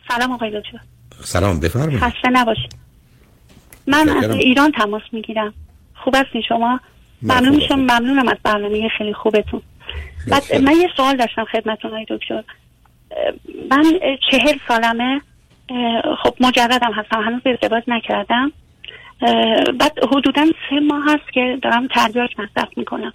سلام آقای دکتر. سلام، بفرمایید. خسته نباشید. من از ایران تماس میگیرم. خوب هستین شما؟ ممنونم از برنامه خیلی خوبتون. بعد من یه سوال داشتم خدمتتون آقای دکتر. من 40 سالمه، خب مجردم هستم، هنوز ازدواج نکردم. بعد حدوداً 3 ماه هست که دارم تریاک مصرف میکنم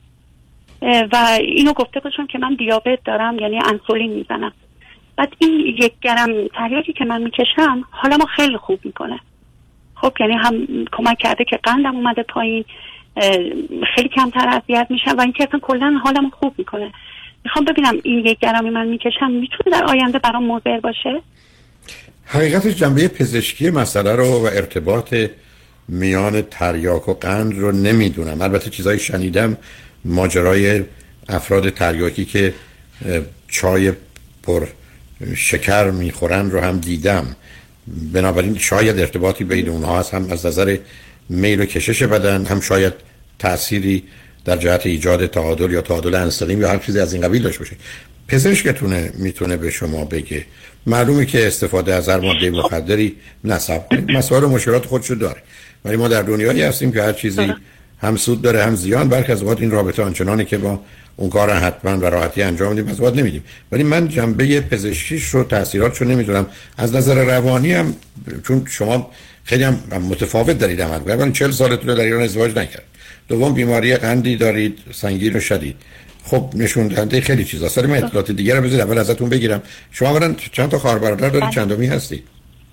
و اینو گفته باشم که من دیابت دارم، یعنی انسولین میزنم. بعد این 1 گرم تریاکی که من میکشم حالمو خیلی خوب میکنه. خب یعنی هم کمک کرده که قندم اومده پایین، خیلی کمتر اذیت میشم و این که اصلا کلا حالمو خوب میکنه. میخوام ببینم این 1 گرمی من میکشم میتونه در آینده برام مضر باشه؟ حقیقتش جنبه پزشکی مسئله رو و ارتباط میان تریاک و قند رو نمیدونم. البته چیزایی شنیدم، ماجرای افراد تریاکی که چای پر شکر میخورن رو هم دیدم. بنابراین شاید ارتباطی بین اونها هست، هم از نظر میل و کشش بدن، هم شاید تأثیری در جهت ایجاد تعادل یا تعادل انسولین یا هر چیزی از این قبیل داشته باشه. پزشکتونه میتونه به شما بگه. معلومه که استفاده از هر ماده مخدری نصب کنید، مسائل و مشکلات خودشو داره، ولی ما در دنیایی هستیم که هر چیزی هم سود داره هم زیان. برخی از اوقات این رابطه آنچنانه که با اون کار حتما و راحتی انجام میدیم، از اوقات نمیدیم. ولی من جنبه پزشکیش رو، تاثیراتشو نمیدونم. از نظر روانی هم، چون شما خیلی هم متفاوت دارید عمل می‌کنید. اولا 40 سالتونه در ایران ازدواج نکرد، دوم بیماری قندی دارید سنگین و شدید. خب نشون دهنده خیلی چیزاست. من اطلاعات دیگه رو بذارید اول ازتون بگیرم. شما اولا چند تا خواهر برادر دارید؟ چندمی هستید؟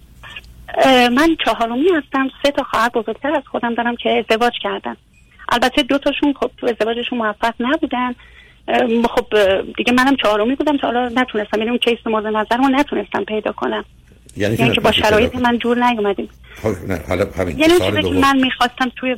من 4می هستم. 3 تا خواهر بزرگتر از خودم دارم که ازدواج کردن. البته 2 تاشون خب تو ازدواجشون موفق نبودن. خب دیگه منم 4می بودم تا حالا نتونستم، یعنی اون کیس مورد نظرمو نتونستم پیدا کنم. یعنی که با شرایط من جور نیومدیم. نه حالا همین یعنی چیزی که من می‌خواستم توی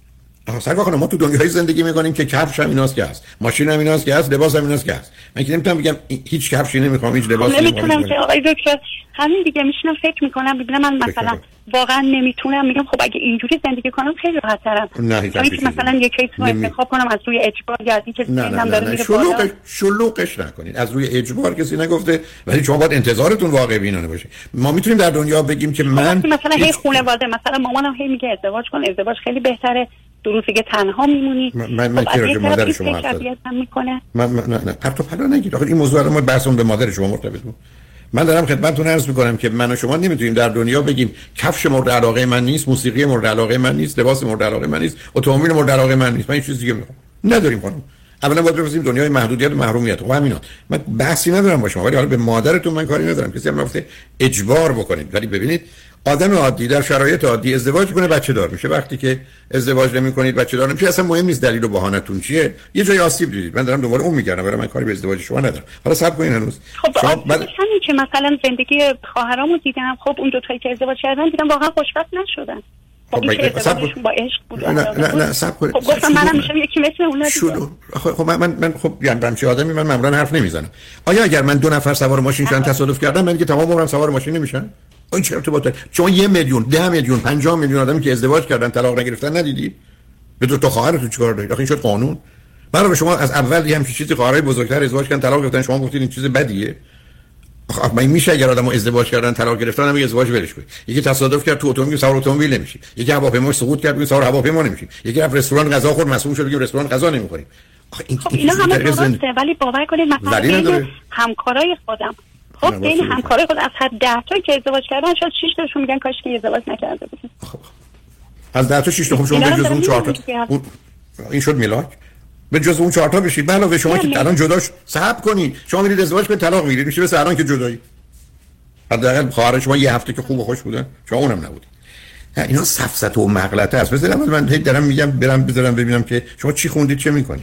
سرکار خانم، ما تو دنیای زندگی میکنیم که کفش هم ایناست که هست، ماشین هم ایناست که هست، لباس هم ایناست که هست. من که نمیتونم بگم هیچ کفشی نمیخوام، هیچ لباسی نمیتونم که آقای دکتر. همین دیگه میشینم فکر میکنم، ببینم من مثلا واقعا نمیتونم، میگم خب اگه اینجوری زندگی کنم خیلی راحت ترم. که مثلا یک کیس رو انتخاب کنم از روی اجبار یا از اینکه سنم داره میره بالا. شلوغش نکنید. از روی اجبار کسی نگفته، ولی شما باید انتظارتون واقع بینانه باشه. ما میتونیم در دنیا بگیم که من مثلا هی خانواده، مثلا مامانم هی میگه ازدواج کن، ازدواج خیلی بهتره، 2 روز دیگه تنها میمونی. من که راجع به مادر شما حرف میکنه. نه پرت و پلا نگید. آخه این موضوع رو ما بحثمون به مادر شما مرتبط بود. من دارم خدمتتون عرض میکنم که من و شما نمیتونیم در دنیا بگیم کفش مورد علاقه من نیست، موسیقی مورد علاقه من نیست، لباس مورد علاقه من نیست، اتومبیل مورد علاقه من نیست. من این چیز دیگه میخوام. نداریم خانم. اولا باید بفهمیم دنیای محدودیت و محرومیت. خب همینا. من بحثی ندارم با شما، ولی حالا به مادرتون من کاری ندارم. کسی هم نگفته اجبار بکنید. ولی ببینید آدم عادی در شرایط عادی ازدواج کنه، بچه دار میشه. وقتی که ازدواج نمی‌کنید بچه دار نمیشه، اصلا مهم نیست دلیل و بهانه‌تون چیه. یه جای آسیب دیدید. من دارم دوباره اون میگردم، برای من کاری به ازدواج شما ندارم. حالا صبر کنین هنوز. خب همین که مثلا زندگی خواهرامو دیدم، خب اون دو تایی که ازدواج کردن دیدم واقعا خوشبخت نشدن. خب این که ازدواجشون با عشق بود. نه صبر کنید. خب گفتم منم میشم یکی مثل اونا دیگه. خب من خب یعنی همچین آدمی من معمولا حرف نمیزنم. آیا اگر من 2 نفر سوار ماشین شدن تصادف کردم، من دیگه تمام عمرم سوار ماشین نمیشن؟ این چه ارتباط داره؟ شما 1 میلیون، 10 میلیون، 50 میلیون آدمی که ازدواج کردن طلاق نگرفتن ندیدی؟ به 2 تا خواهرتون چیکار دارید؟ آخه این شد قانون. برای شما از اول یه همچین چیزی خواهرای بزرگتر ازدواج کردن طلاق گرفتن، شما گفتید این چیز بدیه؟ آخه من میشه اگر آدمو ازدواج کردن طلاق گرفتن هم ازدواج ولش کنید. یکی تصادف کرد تو اتومبیل سوار اتومبیل نمیشی، یکی هواپیما سقوط کرد سوار هواپیما نمیشی، یکی رفت رستوران غذا خورد مسئول شد که رستوران غذا نمیخوریم. آخه این خب اینا همه درسته، ولی باور کنید مثلا بین همکارای خودم، خب بین همکارای خود از هر 10 تا که ازدواج کردن شاید 6 تاشون میگن کاش که ازدواج نکرده بودیم. از 10 تا 6 تا خب شما به جز اون 4 تا این شد میلاک. به جز اون 4 تا بشید. به علاوه شما که الان جداش صبر کنید، شما میرید ازدواج کنید طلاق میگیرید، میشه مثل الان که جدایی. حداقل خواهر شما یه هفته که خوب و خوش بودن، شما اونم نبودید. اینا سفسطه و مغلطه است. مثلا من دارم میگم برم بذارم ببینم که شما چی خوندید، چه میکنید.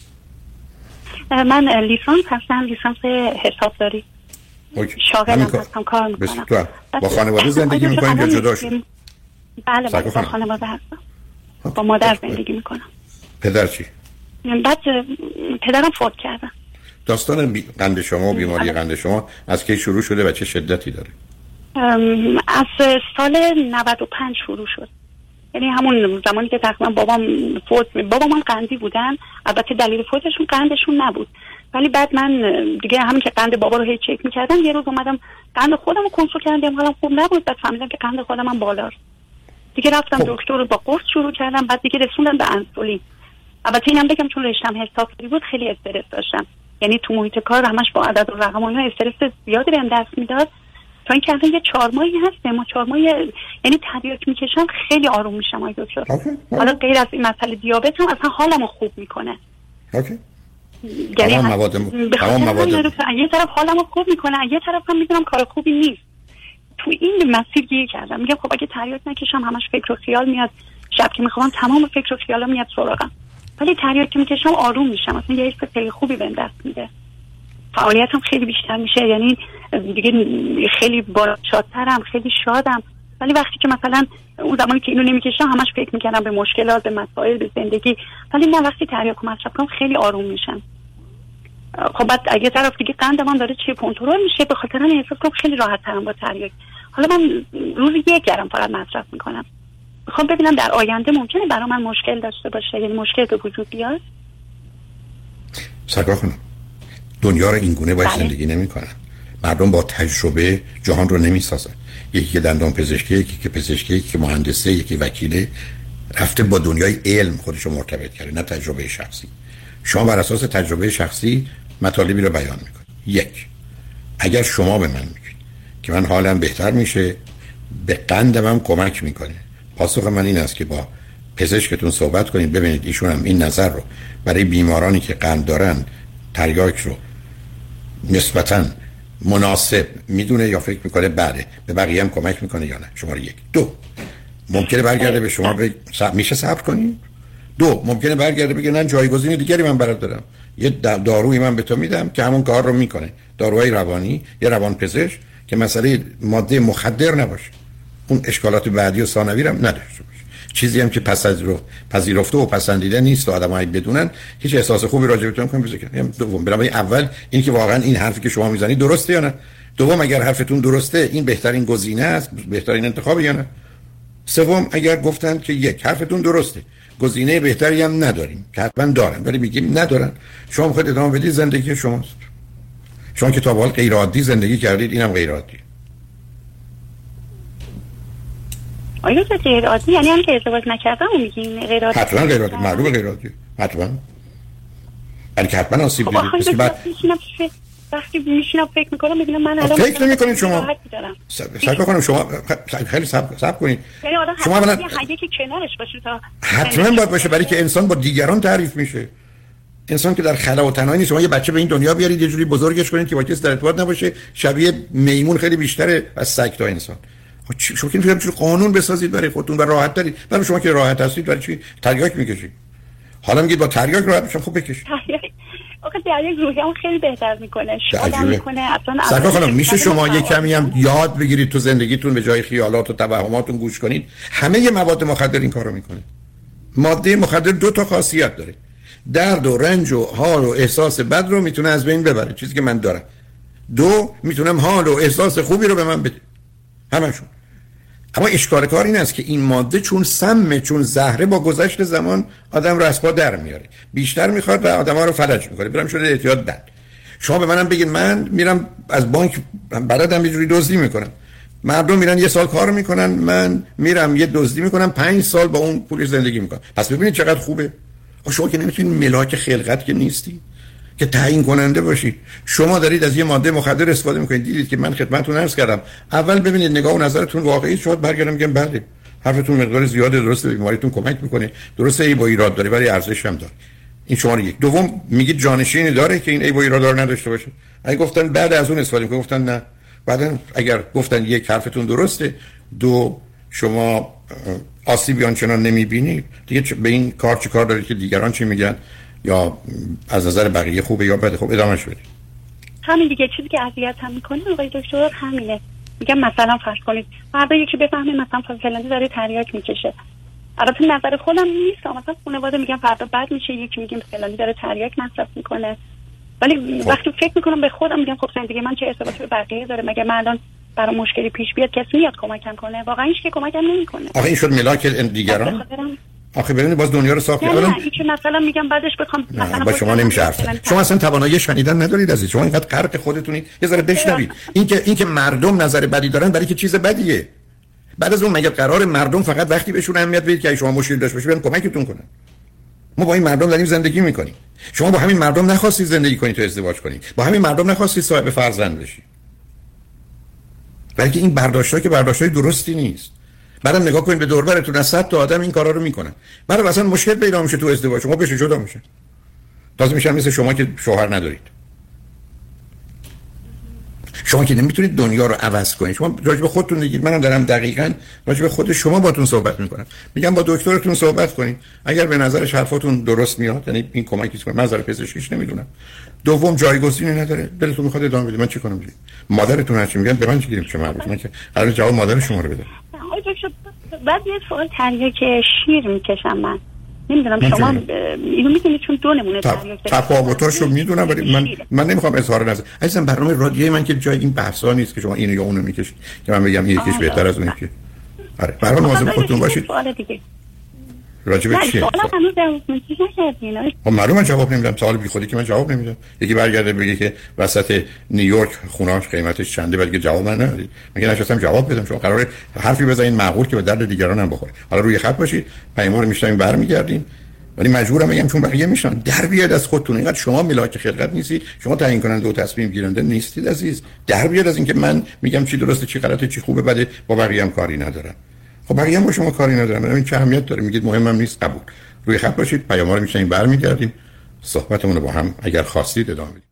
من لیسانس هستم، لیسانس حسابداری. شاغلم هستم، کار میکنم. با خانواده زندگی میکنید یا جدا شدید؟ بله با خانواده هستم. با مادر زندگی میکنم. پدر چی؟ بعد پدرم فوت کردن. داستان قند شما و بیماری قند شما از کی شروع شده و چه شدتی داره؟ از سال 95 شروع شد. یعنی همون زمانی که تقریبا بابام من قندی بودن. البته دلیل فوتشون قندشون نبود، ولی بعد من دیگه همین که قند بابا رو هی چک می‌کردم، یه روز اومدم قند خودم رو کنترل کردم، حالم خوب نبود، بعد فهمیدم که قند خودم هم بالاست. دیگه رفتم دکتر رو با قرص شروع کردم، بعد دیگه رسوندم به انسولین. البته اینم بگم چون رشتم حسابداری بود خیلی استرس داشتم، یعنی تو محیط کار همش با عدد و رقم و اینا استرس زیادی بهم دست میداد، تا اینکه الان یه 4 ماهی هست ما 4 ماهی یعنی تریاک میکشم خیلی آروم میشم آقای دکتر. حالا غیر از این مسئله دیابت هم اصلا حالمو خوب میکنه. اوکی. یعنی تمام مواد یه طرف حالمو خوب میکنه، یه طرف هم میدونم کار خوبی نیست. تو این مسیر گیر کردم، میگم خب اگه تریاک نکشم همش فکر و خیال میاد، شب که میخوام تمام فکر و خیالا میاد سراغم، ولی تریاک که میکشم آروم میشم، اصلا یه حس خیلی خوبی بهم دست میده، فعالیتم خیلی بیشتر میشه، یعنی دیگه خیلی شادترم، خیلی شادم. ولی وقتی که مثلا اون زمانی که اینو نمیکشم همش فکر میکردم به مشکلات، به مسائل، به زندگی، ولی نه وقتی تریاک مصرف کنم خیلی آروم میشم. خب بعد اگه طرف دیگه قندم هم داره چه کنترل میشه، به خاطر همین احساس کنم خیلی راحت ترم با تریاک. حالا من روزی 1 گرم فقط مصرف میکنم، میخوام ببینم در آینده ممکنه برای من مشکل داشته باشه، یعنی مشکل به وجود بیاد. سرکار خانم، دنیا رو این گونه باید زندگی نمی‌کنن. مردم با تجربه جهان رو نمی‌سازن. یکی که دندان پزشکی، یکی که پزشکی، یکی که مهندسه، یکی وکیله، رفته با دنیای علم خودش رو مرتبط کرده، نه تجربه شخصی. شما بر اساس تجربه شخصی مطالبی رو بیان می‌کنید. 1. اگر شما به من میگید که من حالم بهتر میشه، به قندم هم کمک میکنه، پاسخ من این است که با پزشکتون صحبت کنید، ببینید ایشون هم این نظر رو برای بیمارانی که قند دارن تریاک رو نسبتاً مناسب میدونه یا فکر میکنه بله به بقیه هم کمک میکنه یا نه. شماره 1. 2. ممکنه برگرده به شما میشه صبر کنید. 2. ممکنه برگرده بگه نه جایگزین دیگری من برات دارم، یه دارویی من به تو میدم که همون کار رو میکنه. داروهای روانی، یه روانپزشک که مسئله ماده مخدر نباشه، اون اشکالات بعدی و ثانوی هم نداشته باشه، چیزی هم که پذیرفته و پسندیده نیست و آدمایی بدونن، هیچ احساس خوبی راجع بهتون کنم بذارید. دوم، برای اول این که واقعا این حرفی که شما میزنید درسته یا نه. دوم، اگر حرفتون درسته این بهترین گزینه است، بهترین انتخاب یا نه. سوم، اگر گفتن که 1 حرفتون درسته، گزینه بهتری هم نداریم که حتما دارن ولی میگیم ندارن، شما میخواید ادامه بدید، زندگی شماست. شما که تا به حال غیر عادی زندگی کردید، اینم غیر عادیه. آیا غیر عادی یعنی هم که ازدواج نکردم و میگین غیر عادی؟ حتما غیر عادی، معلومه غیر عادی، حتما. ولی که حتما آسیب دیدید. وقتی میشینم فکر میکنم میبینم من الان فکر نمیکنید شما. سعی کنم شما خیلی صبر کنید. شما الان یکی کنارش باشه تا حتما باید باشه، برای که انسان با دیگران تعریف میشه. انسان که در خلا و تنهایی نیست. شما یه بچه به این دنیا بیارید، یه جوری بزرگش کنید که با کسی در ارتباط نباشه، شبیه میمون خیلی بیشتره از سگ تا انسان. شما که میتونید قانون بسازید برای خودتون و راحت ترید. برای شما که راحت هستید برای چی تریاک میکشید؟ حالا میگید با تریاک راحت میشم، خب بکشید. آخه تریاک روحیه‌مو خیلی بهتر میکنه، شادم میکنه. اصلا خانم میشه شما یه کمی هم یاد بگیرید تو زندگیتون، به جای خیالات و توهماتون گوش کنید. همه ی مواد مخدر این کارو میکنه. ماده مخدر 2 تا خاصیت داره: درد و رنج و حال و احساس بد رو میتونه از بین ببره، چیزی که من دارم. 2 میتونم حال و احساس خوبی رو به من بده، همشون. اما اشکال کار این است که این ماده چون سمه، چون زهره، با گذشت زمان آدم رو از پا در میاره، بیشتر میخواد و آدم‌ها رو فلج میکنه. برام شده اعتیاد بد. شما به منم بگید من میرم از بانک بلدم یه جوری دزدی میکنم، مردم میرن 1 سال کار میکنن، من میرم یه دزدی میکنم 5 سال با اون پول زندگی میکنم. پس ببینید چقدر خوبه. شما که نمیتونید ملاک خلقت که نیستی که تعیین کننده باشید. شما دارید از یه ماده مخدر استفاده میکنید. دیدید که من خدمتتون عرض کردم، اول ببینید نگاه و نظرتون واقعی شد، برگردم میگم بله حرفتون مقدار زیاده درسته، بیماریتون کمک میکنه، درسته ای با ایراد داره ولی ارزش هم داره. این شماره 1. دوم، میگید جانشینی داره که این ای با ایراد داره نداشته باشه. اگه گفتن بعد از اون استفاده میکنید، گفتن نه، بعدن اگر گفتن 1 حرفتون درسته، 2 شما آسیبی آنچنان نمیبینید، دیگه به این کار چه کار دارید که دیگران چی میگن یا از نظر بقیه خوبه یا بده. خب ادامهش بدید. همین دیگه. چیزی که اذیت هم میکنه آقای دکتر همینه. میگم مثلا فرض کنید فردا یکی بفهمه مثلا فلانی داره تریاک میکشه، البته نظر خودم نیست، مثلا خانواده میگم فردا بعد میشه، یکی میگم فلانی داره تریاک مصرف میکنه، ولی وقتی فکر میکنم به خودم میگم خب زندگی من چه ارتباطی به بقیه داره؟ مگه من الان برای مشکلی پیش بیاد کسی میاد کمکم کنه؟ واقعا هیچ کی کمکم نمیکنه. آخه این شد ملاک دیگران. آخه ببینید باز دنیا رو ساخت نه این که مثلا میگم بعدش بخوام مثلا با شما نمیشه حرف زد. شما اصلا توانایی شنیدن ندارید عزیز. شما اینقدر غرق خودتونید یه ذره بشنوید. اینکه مردم نظر بدی دارن برای که چیز بدیه. بعد از اون مگه قرار مردم فقط وقتی بهشون اهمیت بدید که شما مشکل داشته باشید بیان کمکتون کنن؟ ما با این مردم داریم زندگی میکنیم. شما با همین مردم نخواستید زندگی کنید تو ازدواج کنید. با همین مردم نخواستید صاحب فرزند بشید. بلکه این برداشت‌ها که برداشت‌های درستی نیست. بعدم نگاه کنید به دور و برتون از 100 تا آدم این کارا رو میکنن. بعد اصلا مشکل پیدا میشه تو ازدواج. شما بشه جدا میشه. تازه میشن مثل شما که شوهر ندارید. شما که نمیتونید دنیا رو عوض کنید. شما راجع به خودتون بگید. منم دارم دقیقاً راجع به خود شما باتون صحبت میکنم. میگم با دکترتون صحبت کنید. اگر به نظرش حرفاتون درست میاد، یعنی این کمکی کنه. من نظر پزشکیش نمیدونم. دوم جایگزینی نداره. دلتون میخواد ادامه بدید. من چی کنم؟ مادرتون هرچی میگن به من چی گیریم چه مربوطه؟ من که قرار جواب مادر شما رو بدم. بعد یه سوال تریاک شیر میکشم من. نمیدونم شما اینو میدونید چون دو نمونه تریاک تفاوتاشو میدونم ولی من نمیخوام اظهار نظر. عزیزم برنامه رادیویی من که جای این بحثا نیست که شما اینو یا اونو میکشید که من بگم یکیش بهتر از اون یکی. آره برام مواظب خودتون باشید. سوال دیگه راجع به چیه؟ سوال هنوز نکردین. خب معلومه جواب نمیدم. سوال بی خودی که من جواب نمیدم. یکی برگرده بگه که وسط نیویورک خونه‌اش قیمتش چنده بعد که جواب من ندید. مگه نشستم جواب بدم؟ شما قراره حرفی بزنین معقول که به درد دیگران هم بخوره. حالا روی خط باشید پیامو رو میشنویم برمیگردیم. ولی مجبورم بگم چون بقیه میشن در بیاد از خودتون. اینقدر شما ملاک خلقت نیستید. شما تعیین کننده و تصمیم گیرنده نیستید عزیز. در بیاد از اینکه من میگم چی درسته چی غلطه چی خوبه بده با بقیه هم کاری ندارم. خب بقیه هم با شما کاری ندارم. این چه اهمیت داره؟ میگید مهمم نیست. قبول. روی خط باشید پیام‌ها رو میشنیم برمیگردیم. صحبتمون رو با هم اگر خواستید ادامه بدیم.